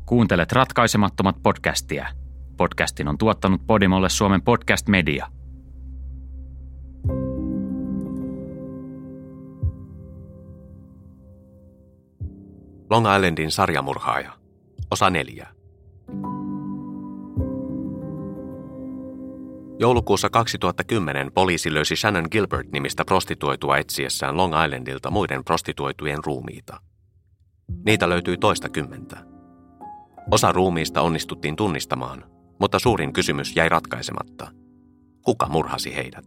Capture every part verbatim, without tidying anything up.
Kuuntelet Ratkaisemattomat podcastia. Podcastin on tuottanut Podimolle Suomen Podcast Media. Long Islandin sarjamurhaaja. Osa neljä. Joulukuussa kaksituhattakymmenen poliisi löysi Shannon Gilbert-nimistä prostituoitua etsiessään Long Islandilta muiden prostituoitujen ruumiita. Niitä löytyi toista kymmentä. Osa ruumiista onnistuttiin tunnistamaan, mutta suurin kysymys jäi ratkaisematta. Kuka murhasi heidät?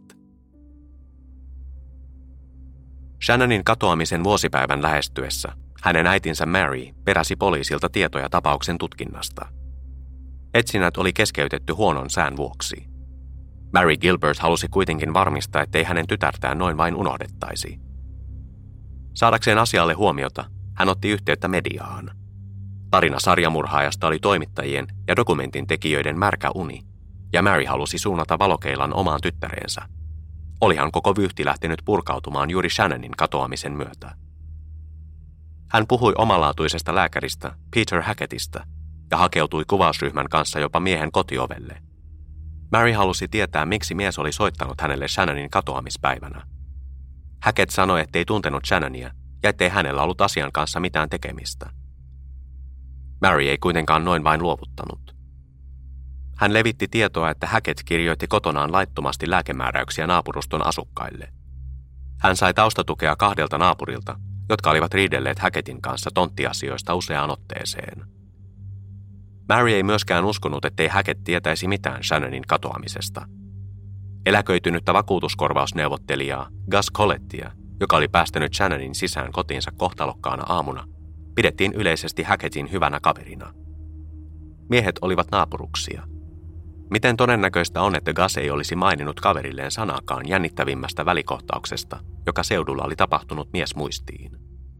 Shannonin katoamisen vuosipäivän lähestyessä hänen äitinsä Mary peräsi poliisilta tietoja tapauksen tutkinnasta. Etsinnät oli keskeytetty huonon sään vuoksi. Mary Gilbert halusi kuitenkin varmistaa, ettei hänen tytärtään noin vain unohdettaisi. Saadakseen asialle huomiota, hän otti yhteyttä mediaan. Tarina sarjamurhaajasta oli toimittajien ja dokumentin tekijöiden märkä uni, ja Mary halusi suunnata valokeilan omaan tyttäreensä. Olihan koko vyyhti lähtenyt purkautumaan juuri Shannonin katoamisen myötä. Hän puhui omalaatuisesta lääkäristä Peter Hackettista ja hakeutui kuvausryhmän kanssa jopa miehen kotiovelle. Mary halusi tietää, miksi mies oli soittanut hänelle Shannonin katoamispäivänä. Hackett sanoi, ettei tuntenut Shannonia ja ettei hänellä ollut asian kanssa mitään tekemistä. Mary ei kuitenkaan noin vain luovuttanut. Hän levitti tietoa, että Hackett kirjoitti kotonaan laittomasti lääkemääräyksiä naapuruston asukkaille. Hän sai taustatukea kahdelta naapurilta, jotka olivat riidelleet Hackettin kanssa tonttiasioista useaan otteeseen. Mary ei myöskään uskonut, ettei Hackett tietäisi mitään Shannonin katoamisesta. Eläköitynyttä vakuutuskorvausneuvottelijaa Gus Collettia, joka oli päästänyt Shannonin sisään kotiinsa kohtalokkaana aamuna, pidettiin yleisesti Hackettin hyvänä kaverina. Miehet olivat naapuruksia. Miten todennäköistä on, että Gus ei olisi maininnut kaverilleen sanaakaan jännittävimmästä välikohtauksesta, joka seudulla oli tapahtunut miesmuistiin?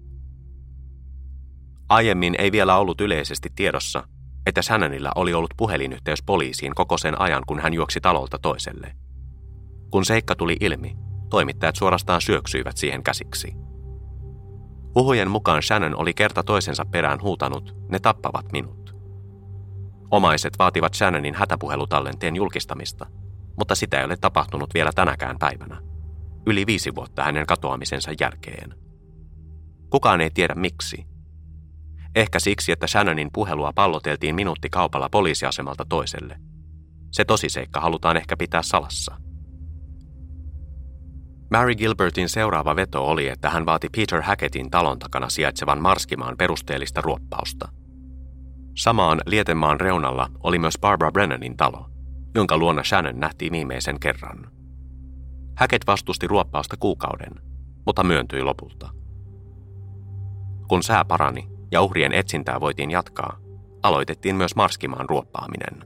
Aiemmin ei vielä ollut yleisesti tiedossa, että Shannonilla oli ollut puhelinyhteys poliisiin koko sen ajan, kun hän juoksi talolta toiselle. Kun seikka tuli ilmi, toimittajat suorastaan syöksyivät siihen käsiksi. Huhujen mukaan Shannon oli kerta toisensa perään huutanut, ne tappavat minut. Omaiset vaativat Shannonin hätäpuhelutallenteen julkistamista, mutta sitä ei ole tapahtunut vielä tänäkään päivänä, yli viisi vuotta hänen katoamisensa jälkeen. Kukaan ei tiedä miksi. Ehkä siksi, että Shannonin puhelua palloteltiin minuuttikaupalla poliisiasemalta toiselle. Se tosiseikka halutaan ehkä pitää salassa. Mary Gilbertin seuraava veto oli, että hän vaati Peter Hackettin talon takana sijaitsevan Marskimaan perusteellista ruoppausta. Samaan Lietenmaan reunalla oli myös Barbara Brennanin talo, jonka luona Shannon nähtiin viimeisen kerran. Hackett vastusti ruoppausta kuukauden, mutta myöntyi lopulta. Kun sää parani ja uhrien etsintää voitiin jatkaa, aloitettiin myös Marskimaan ruoppaaminen.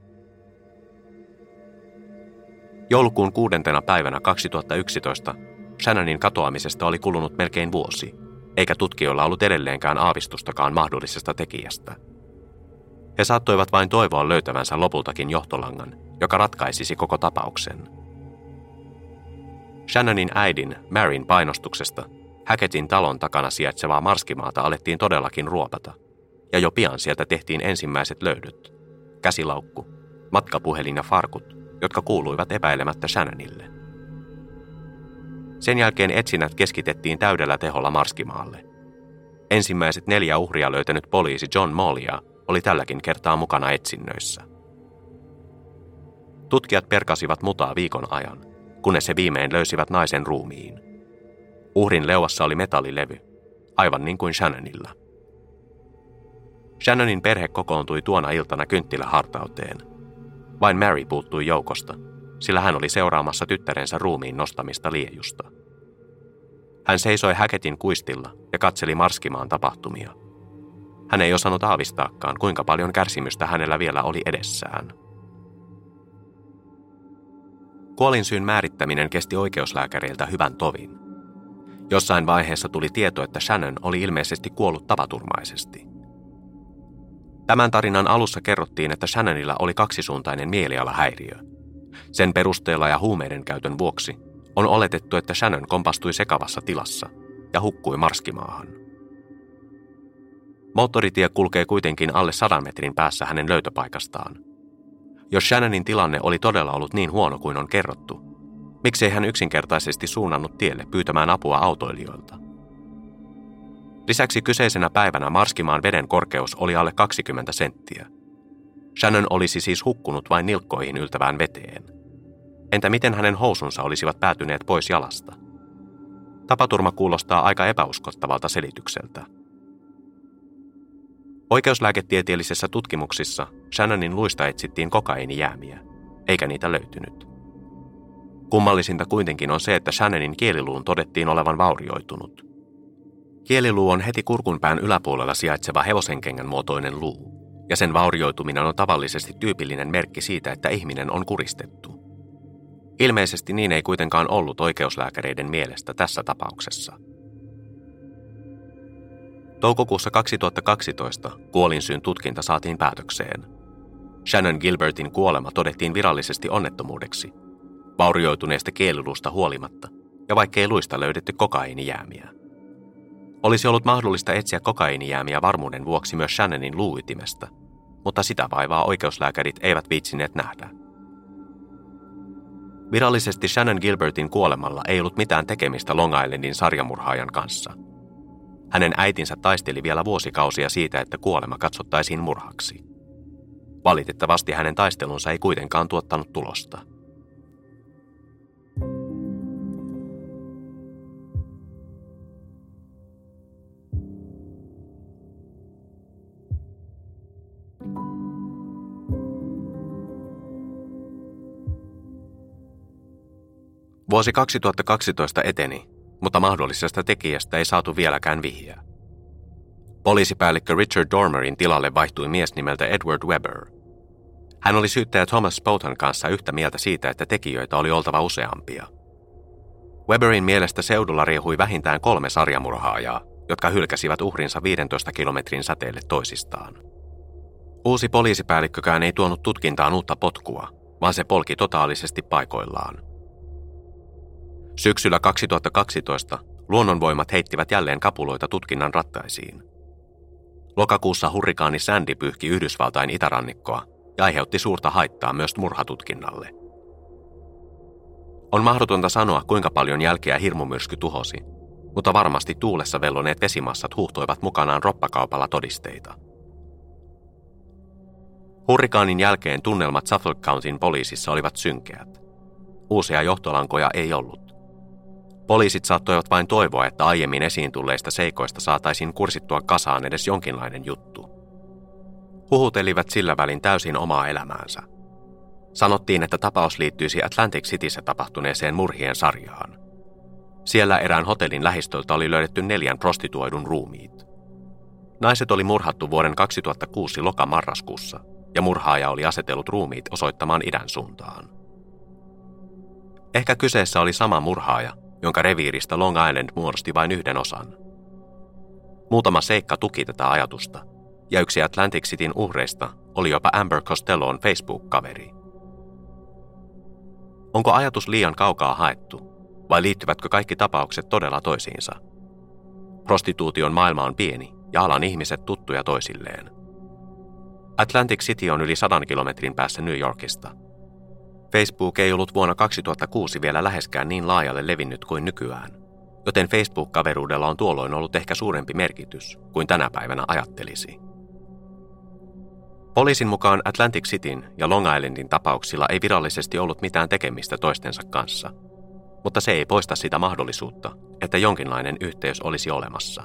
Joulukuun kuudentena päivänä kaksituhattayksitoista Shannonin katoamisesta oli kulunut melkein vuosi, eikä tutkijoilla ollut edelleenkään aavistustakaan mahdollisesta tekijästä. He saattoivat vain toivoa löytävänsä lopultakin johtolangan, joka ratkaisisi koko tapauksen. Shannonin äidin Maryn painostuksesta Hackettin talon takana sijaitsevaa Marskimaata alettiin todellakin ruopata, ja jo pian sieltä tehtiin ensimmäiset löydöt: käsilaukku, matkapuhelin ja farkut, jotka kuuluivat epäilemättä Shannonille. Sen jälkeen etsinnät keskitettiin täydellä teholla Marskimaalle. Ensimmäiset neljä uhria löytänyt poliisi John Mollia oli tälläkin kertaa mukana etsinnöissä. Tutkijat perkasivat mutaa viikon ajan, kunnes he viimein löysivät naisen ruumiin. Uhrin leuassa oli metallilevy, aivan niin kuin Shannonilla. Shannonin perhe kokoontui tuona iltana kynttilähartauteen. Vain Mary puuttui joukosta, sillä hän oli seuraamassa tyttärensä ruumiin nostamista liejusta. Hän seisoi Hackettin kuistilla ja katseli Marskimaan tapahtumia. Hän ei osannut aavistaakaan, kuinka paljon kärsimystä hänellä vielä oli edessään. Kuolinsyyn määrittäminen kesti oikeuslääkäreiltä hyvän tovin. Jossain vaiheessa tuli tieto, että Shannon oli ilmeisesti kuollut tapaturmaisesti. Tämän tarinan alussa kerrottiin, että Shannonilla oli kaksisuuntainen mielialahäiriö. Sen perusteella ja huumeiden käytön vuoksi on oletettu, että Shannon kompastui sekavassa tilassa ja hukkui Marskimaahan. Moottoritie kulkee kuitenkin alle sadan metrin päässä hänen löytöpaikastaan. Jos Shannonin tilanne oli todella ollut niin huono kuin on kerrottu, miksei hän yksinkertaisesti suunnannut tielle pyytämään apua autoilijoilta? Lisäksi kyseisenä päivänä Marskimaan veden korkeus oli alle kaksikymmentä senttiä. Shannon olisi siis hukkunut vain nilkkoihin yltävään veteen. Entä miten hänen housunsa olisivat päätyneet pois jalasta? Tapaturma kuulostaa aika epäuskottavalta selitykseltä. Oikeuslääketieteellisissä tutkimuksissa Shannonin luista etsittiin kokainijäämiä, eikä niitä löytynyt. Kummallisinta kuitenkin on se, että Shannonin kieliluun todettiin olevan vaurioitunut. Kieliluu on heti kurkunpään yläpuolella sijaitseva hevosenkengän muotoinen luu, ja sen vaurioituminen on tavallisesti tyypillinen merkki siitä, että ihminen on kuristettu. Ilmeisesti niin ei kuitenkaan ollut oikeuslääkäreiden mielestä tässä tapauksessa. Toukokuussa kaksituhattakaksitoista kuolinsyyn tutkinta saatiin päätökseen. Shannon Gilbertin kuolema todettiin virallisesti onnettomuudeksi, vaurioituneesta kieliluusta huolimatta, ja vaikkei luista löydetty kokainijäämiä. Olisi ollut mahdollista etsiä kokainijäämiä varmuuden vuoksi myös Shannonin luuytimestä, mutta sitä vaivaa oikeuslääkärit eivät viitsineet nähdä. Virallisesti Shannon Gilbertin kuolemalla ei ollut mitään tekemistä Long Islandin sarjamurhaajan kanssa. Hänen äitinsä taisteli vielä vuosikausia siitä, että kuolema katsottaisiin murhaksi. Valitettavasti hänen taistelunsa ei kuitenkaan tuottanut tulosta. Vuosi kaksituhattakaksitoista eteni, mutta mahdollisesta tekijästä ei saatu vieläkään vihjeä. Poliisipäällikkö Richard Dormerin tilalle vaihtui mies nimeltä Edward Webber. Hän oli syyttäjä Thomas Spoutan kanssa yhtä mieltä siitä, että tekijöitä oli oltava useampia. Webberin mielestä seudulla riehui vähintään kolme sarjamurhaajaa, jotka hylkäsivät uhrinsa viidentoista kilometrin säteelle toisistaan. Uusi poliisipäällikkökään ei tuonut tutkintaan uutta potkua, vaan se polki totaalisesti paikoillaan. Syksyllä kaksituhattakaksitoista luonnonvoimat heittivät jälleen kapuloita tutkinnan rattaisiin. Lokakuussa hurrikaani Sandy pyyhki Yhdysvaltain itärannikkoa ja aiheutti suurta haittaa myös murhatutkinnalle. On mahdotonta sanoa, kuinka paljon jälkeä hirmumyrsky tuhosi, mutta varmasti tuulessa velloneet vesimassat huuhtoivat mukanaan roppakaupalla todisteita. Hurrikaanin jälkeen tunnelmat Suffolk Countyn poliisissa olivat synkeät. Uusia johtolankoja ei ollut. Poliisit saattoivat vain toivoa, että aiemmin esiin tulleista seikoista saataisiin kursittua kasaan edes jonkinlainen juttu. Huhut elivät sillä välin täysin omaa elämäänsä. Sanottiin, että tapaus liittyisi Atlantic Cityssä tapahtuneeseen murhien sarjaan. Siellä erään hotellin lähistöltä oli löydetty neljän prostituoidun ruumiit. Naiset oli murhattu vuoden kaksituhattakuusi loka-marraskuussa, ja murhaaja oli asetellut ruumiit osoittamaan idän suuntaan. Ehkä kyseessä oli sama murhaaja, jonka reviiristä Long Island muodosti vain yhden osan. Muutama seikka tuki tätä ajatusta, ja yksi Atlantic Cityn uhreista oli jopa Amber Costellon Facebook-kaveri. Onko ajatus liian kaukaa haettu, vai liittyvätkö kaikki tapaukset todella toisiinsa? Prostituution maailma on pieni, ja alan ihmiset tuttuja toisilleen. Atlantic City on yli sadan kilometrin päässä New Yorkista. Facebook ei ollut vuonna kaksituhattakuusi vielä läheskään niin laajalle levinnyt kuin nykyään, joten Facebook-kaveruudella on tuolloin ollut ehkä suurempi merkitys kuin tänä päivänä ajattelisi. Poliisin mukaan Atlantic Cityn ja Long Islandin tapauksilla ei virallisesti ollut mitään tekemistä toistensa kanssa, mutta se ei poista sitä mahdollisuutta, että jonkinlainen yhteys olisi olemassa.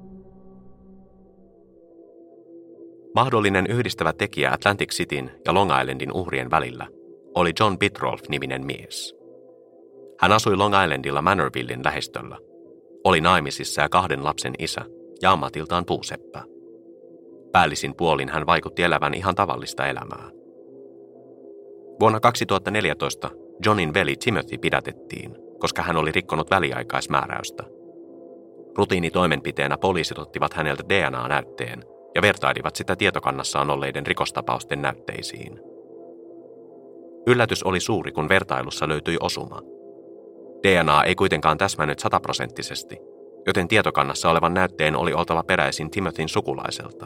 Mahdollinen yhdistävä tekijä Atlantic Cityn ja Long Islandin uhrien välillä oli John Bitrolf-niminen mies. Hän asui Long Islandilla Manorvillein lähistöllä, oli naimisissa ja kahden lapsen isä ja ammatiltaan puuseppä. Päällisin puolin hän vaikutti elävän ihan tavallista elämää. Vuonna kaksituhattaneljätoista Johnin veli Timothy pidätettiin, koska hän oli rikkonut väliaikaismääräystä. Rutiinitoimenpiteenä poliisit ottivat häneltä D N A-näytteen ja vertailivat sitä tietokannassaan olleiden rikostapausten näytteisiin. Yllätys oli suuri, kun vertailussa löytyi osuma. D N A ei kuitenkaan täsmännyt sataprosenttisesti, joten tietokannassa olevan näytteen oli oltava peräisin Timothyn sukulaiselta.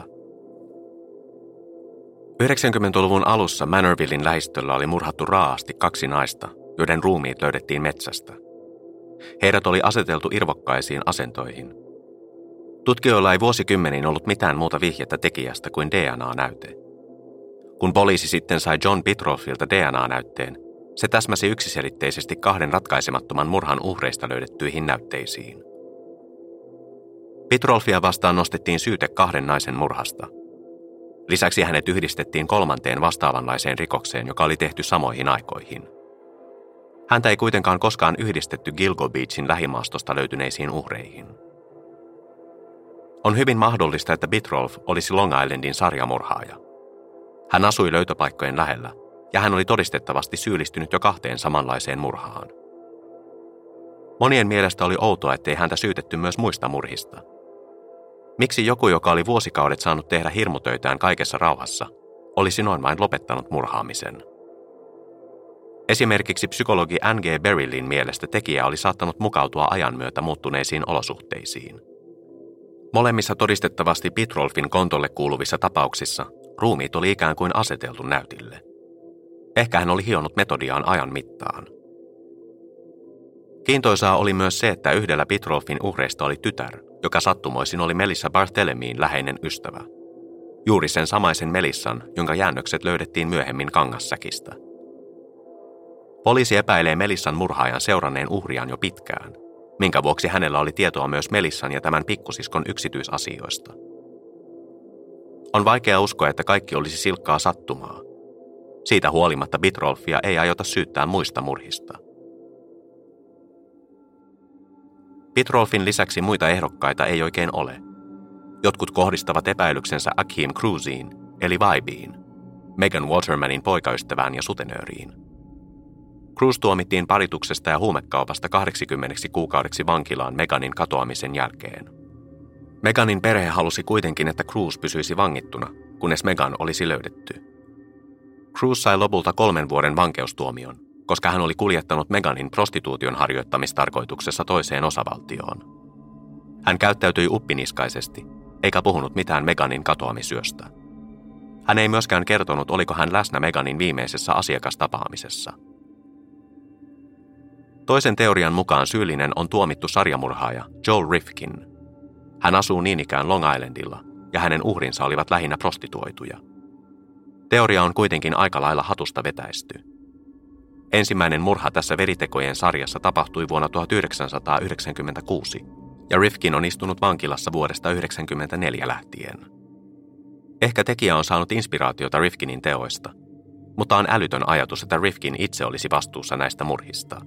yhdeksänkymmentäluvun alussa Manorvillein lähistöllä oli murhattu raaasti kaksi naista, joiden ruumiit löydettiin metsästä. Heidät oli aseteltu irvokkaisiin asentoihin. Tutkijoilla ei vuosikymmeniin ollut mitään muuta vihjettä tekijästä kuin D N A-näyte. Kun poliisi sitten sai John Pitroffilta D N A-näytteen, se täsmäsi yksiselitteisesti kahden ratkaisemattoman murhan uhreista löydettyihin näytteisiin. Pitroffia vastaan nostettiin syyte kahden naisen murhasta. Lisäksi hänet yhdistettiin kolmanteen vastaavanlaiseen rikokseen, joka oli tehty samoihin aikoihin. Häntä ei kuitenkaan koskaan yhdistetty Gilgo Beachin lähimaastosta löytyneisiin uhreihin. On hyvin mahdollista, että Pitroff olisi Long Islandin sarjamurhaaja. Hän asui löytöpaikkojen lähellä, ja hän oli todistettavasti syyllistynyt jo kahteen samanlaiseen murhaan. Monien mielestä oli outoa, ettei häntä syytetty myös muista murhista. Miksi joku, joka oli vuosikaudet saanut tehdä hirmutöitään kaikessa rauhassa, olisi noin vain lopettanut murhaamisen? Esimerkiksi psykologi N G Berylin mielestä tekijä oli saattanut mukautua ajan myötä muuttuneisiin olosuhteisiin. Molemmissa todistettavasti Pitroffin kontolle kuuluvissa tapauksissa ruumiit oli ikään kuin aseteltu näytille. Ehkä hän oli hionut metodiaan ajan mittaan. Kiintoisaa oli myös se, että yhdellä Pitroffin uhreista oli tytär, joka sattumoisin oli Melissa Barthelemiin läheinen ystävä. Juuri sen samaisen Melissan, jonka jäännökset löydettiin myöhemmin kangassäkistä. Poliisi epäilee Melissan murhaajan seuranneen uhriaan jo pitkään, minkä vuoksi hänellä oli tietoa myös Melissan ja tämän pikkusiskon yksityisasioista. On vaikea uskoa, että kaikki olisi silkkaa sattumaa. Siitä huolimatta Pitroffia ei aiota syyttää muista murhista. Pitroffin lisäksi muita ehdokkaita ei oikein ole. Jotkut kohdistavat epäilyksensä Akeem Cruiseen, eli Vibeen, Megan Watermanin poikaystävään ja sutenööriin. Cruz tuomittiin parituksesta ja huumekaupasta kahdeksankymmentä kuukaudeksi vankilaan Meganin katoamisen jälkeen. Meganin perhe halusi kuitenkin, että Cruz pysyisi vangittuna, kunnes Megan olisi löydetty. Cruz sai lopulta kolmen vuoden vankeustuomion, koska hän oli kuljettanut Meganin prostituution harjoittamistarkoituksessa toiseen osavaltioon. Hän käyttäytyi uppiniskaisesti, eikä puhunut mitään Meganin katoamisyöstä. Hän ei myöskään kertonut, oliko hän läsnä Meganin viimeisessä asiakastapaamisessa. Toisen teorian mukaan syyllinen on tuomittu sarjamurhaaja Joel Rifkin. Hän asuu niin ikään Long Islandilla, ja hänen uhrinsa olivat lähinnä prostituoituja. Teoria on kuitenkin aika lailla hatusta vetäisty. Ensimmäinen murha tässä veritekojen sarjassa tapahtui vuonna tuhatyhdeksänsataayhdeksänkymmentäkuusi, ja Rifkin on istunut vankilassa vuodesta yhdeksänkymmentäneljä lähtien. Ehkä tekijä on saanut inspiraatiota Rifkinin teoista, mutta on älytön ajatus, että Rifkin itse olisi vastuussa näistä murhista.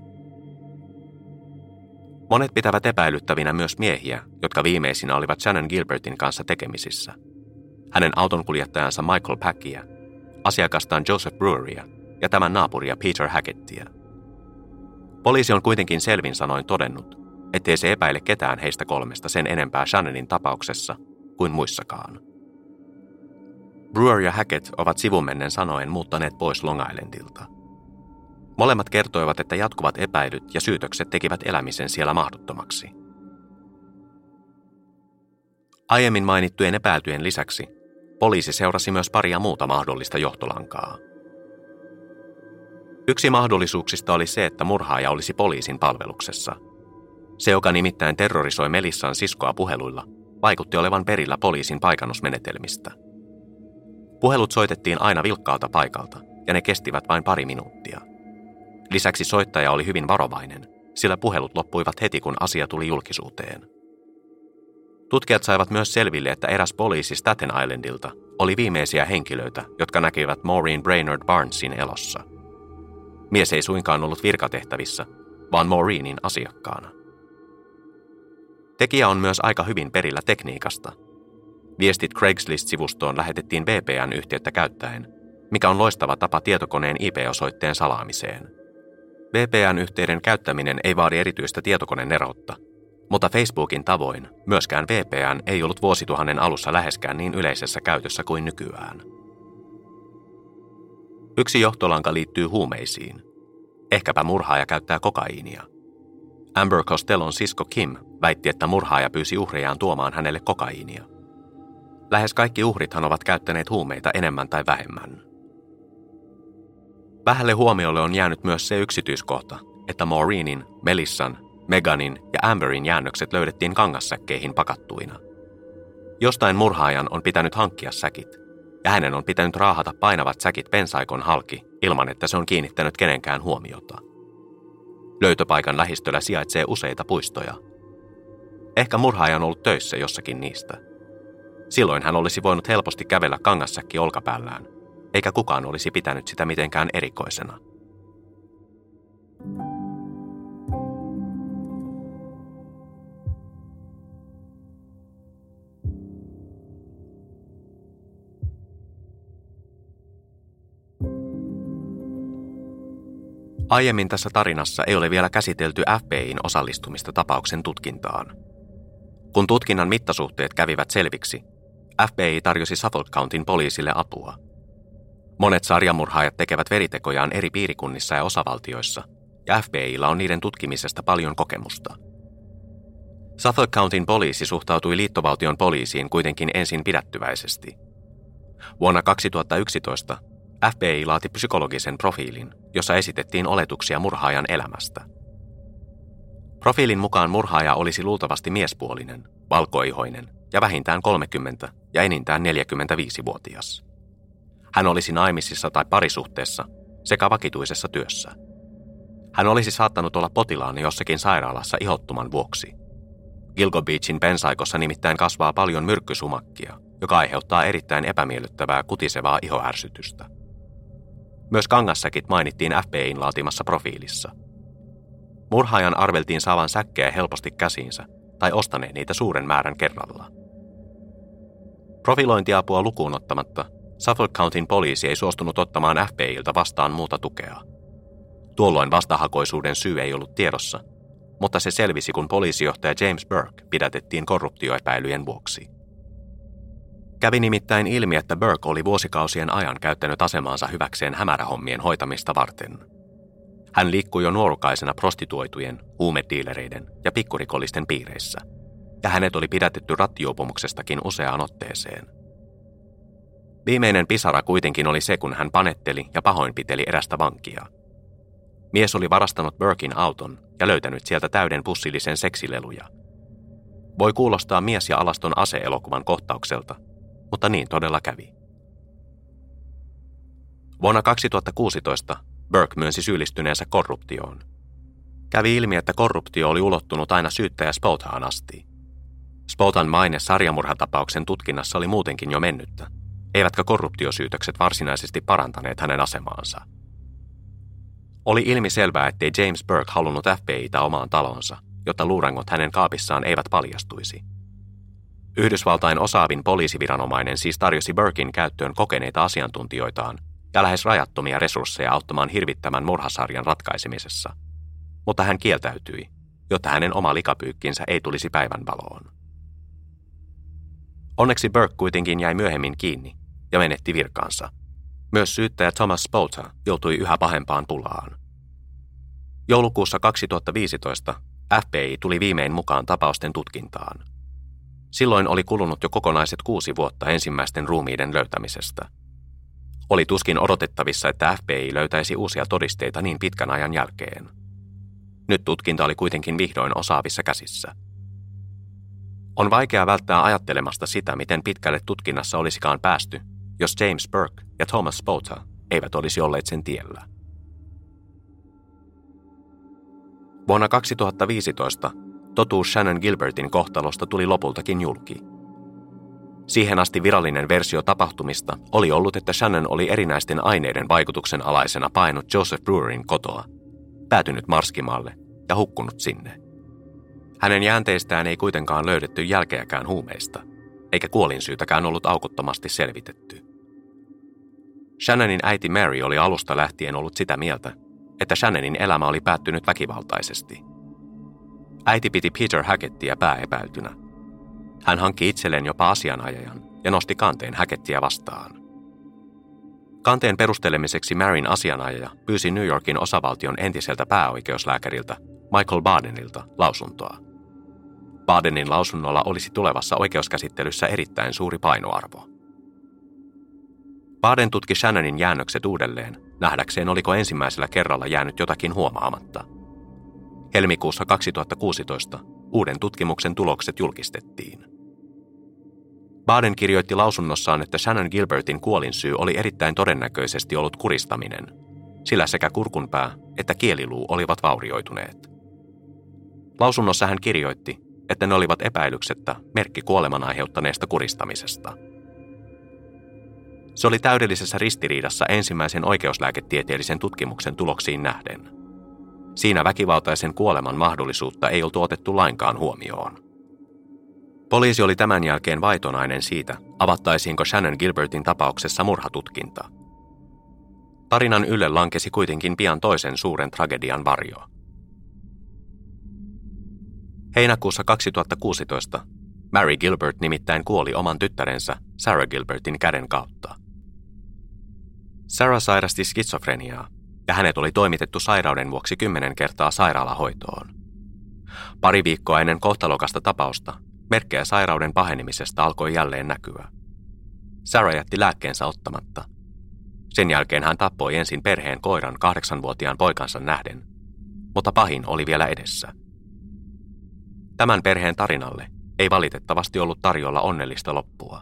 Monet pitävät epäilyttävinä myös miehiä, jotka viimeisinä olivat Shannon Gilbertin kanssa tekemisissä. Hänen autonkuljettajansa Michael Packia, asiakastaan Joseph Breweria ja tämän naapuria Peter Hackettia. Poliisi on kuitenkin selvin sanoin todennut, ettei se epäile ketään heistä kolmesta sen enempää Shannonin tapauksessa kuin muissakaan. Brewer ja Hackett ovat sivumennen sanoen muuttaneet pois Long Islandilta. Molemmat kertoivat, että jatkuvat epäilyt ja syytökset tekivät elämisen siellä mahdottomaksi. Aiemmin mainittujen epäiltyjen lisäksi poliisi seurasi myös paria muuta mahdollista johtolankaa. Yksi mahdollisuuksista oli se, että murhaaja olisi poliisin palveluksessa. Se, joka nimittäin terrorisoi Melissan siskoa puheluilla, vaikutti olevan perillä poliisin paikannusmenetelmistä. Puhelut soitettiin aina vilkkaalta paikalta, ja ne kestivät vain pari minuuttia. Lisäksi soittaja oli hyvin varovainen, sillä puhelut loppuivat heti, kun asia tuli julkisuuteen. Tutkijat saivat myös selville, että eräs poliisi Staten Islandilta oli viimeisiä henkilöitä, jotka näkivät Maureen Brainerd Barnesin elossa. Mies ei suinkaan ollut virkatehtävissä, vaan Maureenin asiakkaana. Tekijä on myös aika hyvin perillä tekniikasta. Viestit Craigslist-sivustoon lähetettiin V P N-yhteyttä käyttäen, mikä on loistava tapa tietokoneen I P-osoitteen salaamiseen. V P N-yhteyden käyttäminen ei vaadi erityistä tietokoneneroutta, mutta Facebookin tavoin myöskään V P N ei ollut vuosituhannen alussa läheskään niin yleisessä käytössä kuin nykyään. Yksi johtolanka liittyy huumeisiin. Ehkäpä murhaaja käyttää kokaiinia. Amber Costellon sisko Kim väitti, että murhaaja pyysi uhrejaan tuomaan hänelle kokaiinia. Lähes kaikki uhrithan ovat käyttäneet huumeita enemmän tai vähemmän. Vähälle huomiolle on jäänyt myös se yksityiskohta, että Maureenin, Melissan, Meganin ja Amberin jäännökset löydettiin kangassäkkeihin pakattuina. Jostain murhaajan on pitänyt hankkia säkit, ja hänen on pitänyt raahata painavat säkit pensaikon halki ilman, että se on kiinnittänyt kenenkään huomiota. Löytöpaikan lähistöllä sijaitsee useita puistoja. Ehkä murhaaja on ollut töissä jossakin niistä. Silloin hän olisi voinut helposti kävellä kangassäkki olkapäällään, eikä kukaan olisi pitänyt sitä mitenkään erikoisena. Aiemmin tässä tarinassa ei ole vielä käsitelty F B I:n osallistumista tapauksen tutkintaan. Kun tutkinnan mittasuhteet kävivät selviksi, F B I tarjosi Suffolk Countyn poliisille apua. Monet sarjamurhaajat tekevät veritekojaan eri piirikunnissa ja osavaltioissa, ja F B I:llä on niiden tutkimisesta paljon kokemusta. Suffolk Countyn poliisi suhtautui liittovaltion poliisiin kuitenkin ensin pidättyväisesti. Vuonna kaksituhattayksitoista F B I laati psykologisen profiilin, jossa esitettiin oletuksia murhaajan elämästä. Profiilin mukaan murhaaja olisi luultavasti miespuolinen, valkoihoinen ja vähintään kolmekymmentä ja enintään neljäkymmentäviisivuotias. Hän olisi naimisissa tai parisuhteessa sekä vakituisessa työssä. Hän olisi saattanut olla potilaana jossakin sairaalassa ihottuman vuoksi. Gilgo Beachin pensaikossa nimittäin kasvaa paljon myrkkysumakkia, joka aiheuttaa erittäin epämiellyttävää kutisevaa ihoärsytystä. Myös kangassäkit mainittiin F B I:n laatimassa profiilissa. Murhaajan arveltiin saavan säkkejä helposti käsiinsä tai ostaneen niitä suuren määrän kerralla. Profilointiapua lukuun ottamatta Suffolk Countyn poliisi ei suostunut ottamaan F B I:ltä vastaan muuta tukea. Tuolloin vastahakoisuuden syy ei ollut tiedossa, mutta se selvisi, kun poliisijohtaja James Burke pidätettiin korruptioepäilyjen vuoksi. Kävi nimittäin ilmi, että Burke oli vuosikausien ajan käyttänyt asemaansa hyväkseen hämärähommien hoitamista varten. Hän liikkui jo nuorukaisena prostituoitujen, huumediilereiden ja pikkurikollisten piireissä, ja hänet oli pidätetty rattijuopumuksestakin useaan otteeseen. Viimeinen pisara kuitenkin oli se, kun hän panetteli ja pahoinpiteli erästä vankia. Mies oli varastanut Burkin auton ja löytänyt sieltä täyden pussillisen seksileluja. Voi kuulostaa Mies ja alaston ase-elokuvan kohtaukselta, mutta niin todella kävi. Vuonna kaksituhattakuusitoista Burke myönsi syyllistyneensä korruptioon. Kävi ilmi, että korruptio oli ulottunut aina syyttäjä Spotaan asti. Spotan maine sarjamurhatapauksen tutkinnassa oli muutenkin jo mennyttä, eivätkä korruptiosyytökset varsinaisesti parantaneet hänen asemaansa. Oli ilmiselvää, ettei James Burke halunnut F B I:tä omaan talonsa, jotta luurangot hänen kaapissaan eivät paljastuisi. Yhdysvaltain osaavin poliisiviranomainen siis tarjosi Burkin käyttöön kokeneita asiantuntijoitaan ja lähes rajattomia resursseja auttamaan hirvittävän murhasarjan ratkaisemisessa. Mutta hän kieltäytyi, jotta hänen oma likapyykkinsä ei tulisi päivänvaloon. Onneksi Burke kuitenkin jäi myöhemmin kiinni ja menetti virkaansa. Myös syyttäjä Thomas Spota joutui yhä pahempaan pulaan. Joulukuussa kaksituhattaviisitoista F B I tuli viimein mukaan tapausten tutkintaan. Silloin oli kulunut jo kokonaiset kuusi vuotta ensimmäisten ruumiiden löytämisestä. Oli tuskin odotettavissa, että F B I löytäisi uusia todisteita niin pitkän ajan jälkeen. Nyt tutkinta oli kuitenkin vihdoin osaavissa käsissä. On vaikea välttää ajattelemasta sitä, miten pitkälle tutkinnassa olisikaan päästy, jos James Burke ja Thomas Spota eivät olisi olleet sen tiellä. Vuonna kaksituhattaviisitoista totuus Shannon Gilbertin kohtalosta tuli lopultakin julki. Siihen asti virallinen versio tapahtumista oli ollut, että Shannon oli erinäisten aineiden vaikutuksen alaisena painut Joseph Brewerin kotoa, päätynyt Marskimaalle ja hukkunut sinne. Hänen jäänteistään ei kuitenkaan löydetty jälkeäkään huumeista, eikä kuolinsyytäkään ollut aukottomasti selvitetty. Shannonin äiti Mary oli alusta lähtien ollut sitä mieltä, että Shannonin elämä oli päättynyt väkivaltaisesti. Äiti piti Peter Hackettia pääepäiltynä. Hän hankki itselleen jopa asianajajan ja nosti kanteen Hackettia vastaan. Kanteen perustelemiseksi Maryn asianajaja pyysi New Yorkin osavaltion entiseltä pääoikeuslääkäriltä Michael Badenilta lausuntoa. Badenin lausunnolla olisi tulevassa oikeuskäsittelyssä erittäin suuri painoarvo. Baden tutki Shannonin jäännökset uudelleen, nähdäkseen oliko ensimmäisellä kerralla jäänyt jotakin huomaamatta. Helmikuussa kaksituhattakuusitoista uuden tutkimuksen tulokset julkistettiin. Baden kirjoitti lausunnossaan, että Shannon Gilbertin kuolinsyy oli erittäin todennäköisesti ollut kuristaminen, sillä sekä kurkunpää että kieliluu olivat vaurioituneet. Lausunnossa hän kirjoitti, että ne olivat epäilyksettä merkki kuoleman aiheuttaneesta kuristamisesta. Se oli täydellisessä ristiriidassa ensimmäisen oikeuslääketieteellisen tutkimuksen tuloksiin nähden. Siinä väkivaltaisen kuoleman mahdollisuutta ei oltu otettu lainkaan huomioon. Poliisi oli tämän jälkeen vaitonainen siitä, avattaisiinko Shannon Gilbertin tapauksessa murhatutkinta. Tarinan ylle lankesi kuitenkin pian toisen suuren tragedian varjo. Heinäkuussa kaksituhattakuusitoista Mary Gilbert nimittäin kuoli oman tyttärensä Sarah Gilbertin käden kautta. Sarah sairasti skitsofreniaa ja hänet oli toimitettu sairauden vuoksi kymmenen kertaa sairaalahoitoon. Pari viikkoa ennen kohtalokasta tapausta merkkejä sairauden pahenemisesta alkoi jälleen näkyä. Sarah jätti lääkkeensä ottamatta. Sen jälkeen hän tappoi ensin perheen koiran kahdeksanvuotiaan poikansa nähden, mutta pahin oli vielä edessä. Tämän perheen tarinalle ei valitettavasti ollut tarjolla onnellista loppua.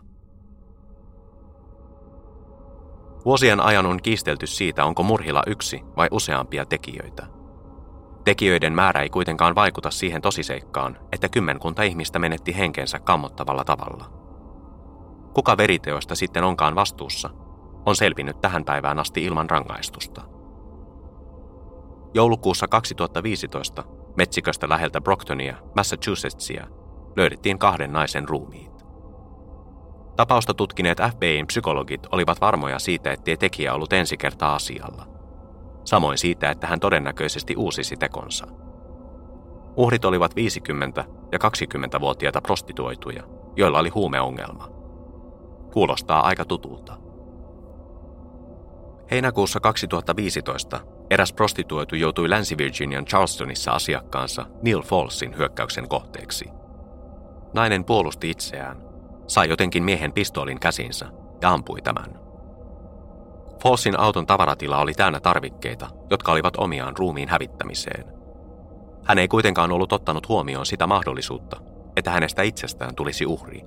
Vuosien ajan on kiistelty siitä, onko murhilla yksi vai useampia tekijöitä. Tekijöiden määrä ei kuitenkaan vaikuta siihen tosiseikkaan, että kymmenkunta ihmistä menetti henkensä kammottavalla tavalla. Kuka veriteoista sitten onkaan vastuussa, on selvinnyt tähän päivään asti ilman rangaistusta. Joulukuussa kaksituhattaviisitoista metsiköstä läheltä Brocktonia, Massachusettsia, löydettiin kahden naisen ruumiit. Tapausta tutkineet F B I:n psykologit olivat varmoja siitä, ettei tekijä ollut ensi kertaa asialla. Samoin siitä, että hän todennäköisesti uusisi tekonsa. Uhrit olivat viisikymmentä- ja kaksikymmentävuotiaita prostituoituja, joilla oli huumeongelma. Kuulostaa aika tutulta. Heinäkuussa kaksituhattaviisitoista eräs prostituoitu joutui Länsi-Virginian Charlestonissa asiakkaansa Neil Fallsin hyökkäyksen kohteeksi. Nainen puolusti itseään, sai jotenkin miehen pistoolin käsinsä ja ampui tämän. Fallsin auton tavaratila oli täynnä tarvikkeita, jotka olivat omiaan ruumiin hävittämiseen. Hän ei kuitenkaan ollut ottanut huomioon sitä mahdollisuutta, että hänestä itsestään tulisi uhri.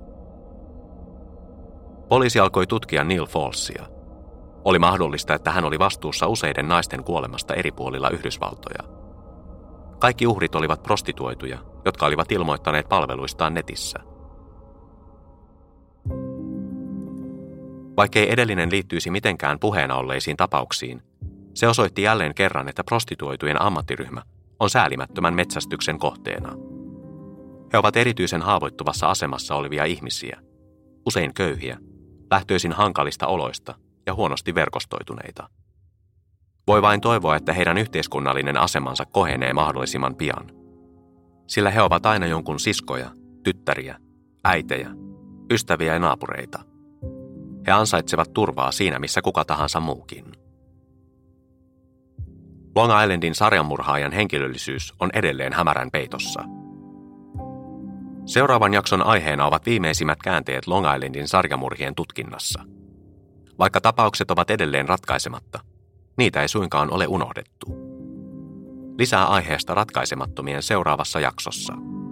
Poliisi alkoi tutkia Neil Fallsia. Oli mahdollista, että hän oli vastuussa useiden naisten kuolemasta eri puolilla Yhdysvaltoja. Kaikki uhrit olivat prostituoituja, jotka olivat ilmoittaneet palveluistaan netissä. Vaikkei edellinen liittyisi mitenkään puheena olleisiin tapauksiin, se osoitti jälleen kerran, että prostituoitujen ammattiryhmä on säälimättömän metsästyksen kohteena. He ovat erityisen haavoittuvassa asemassa olevia ihmisiä, usein köyhiä, lähtöisin hankalista oloista ja huonosti verkostoituneita. Voi vain toivoa, että heidän yhteiskunnallinen asemansa kohenee mahdollisimman pian, sillä he ovat aina jonkun siskoja, tyttäriä, äitejä, ystäviä ja naapureita. He ansaitsevat turvaa siinä, missä kuka tahansa muukin. Long Islandin sarjamurhaajan henkilöllisyys on edelleen hämärän peitossa. Seuraavan jakson aiheena ovat viimeisimmät käänteet Long Islandin sarjamurhien tutkinnassa. Vaikka tapaukset ovat edelleen ratkaisematta, niitä ei suinkaan ole unohdettu. Lisää aiheesta ratkaisemattomien seuraavassa jaksossa.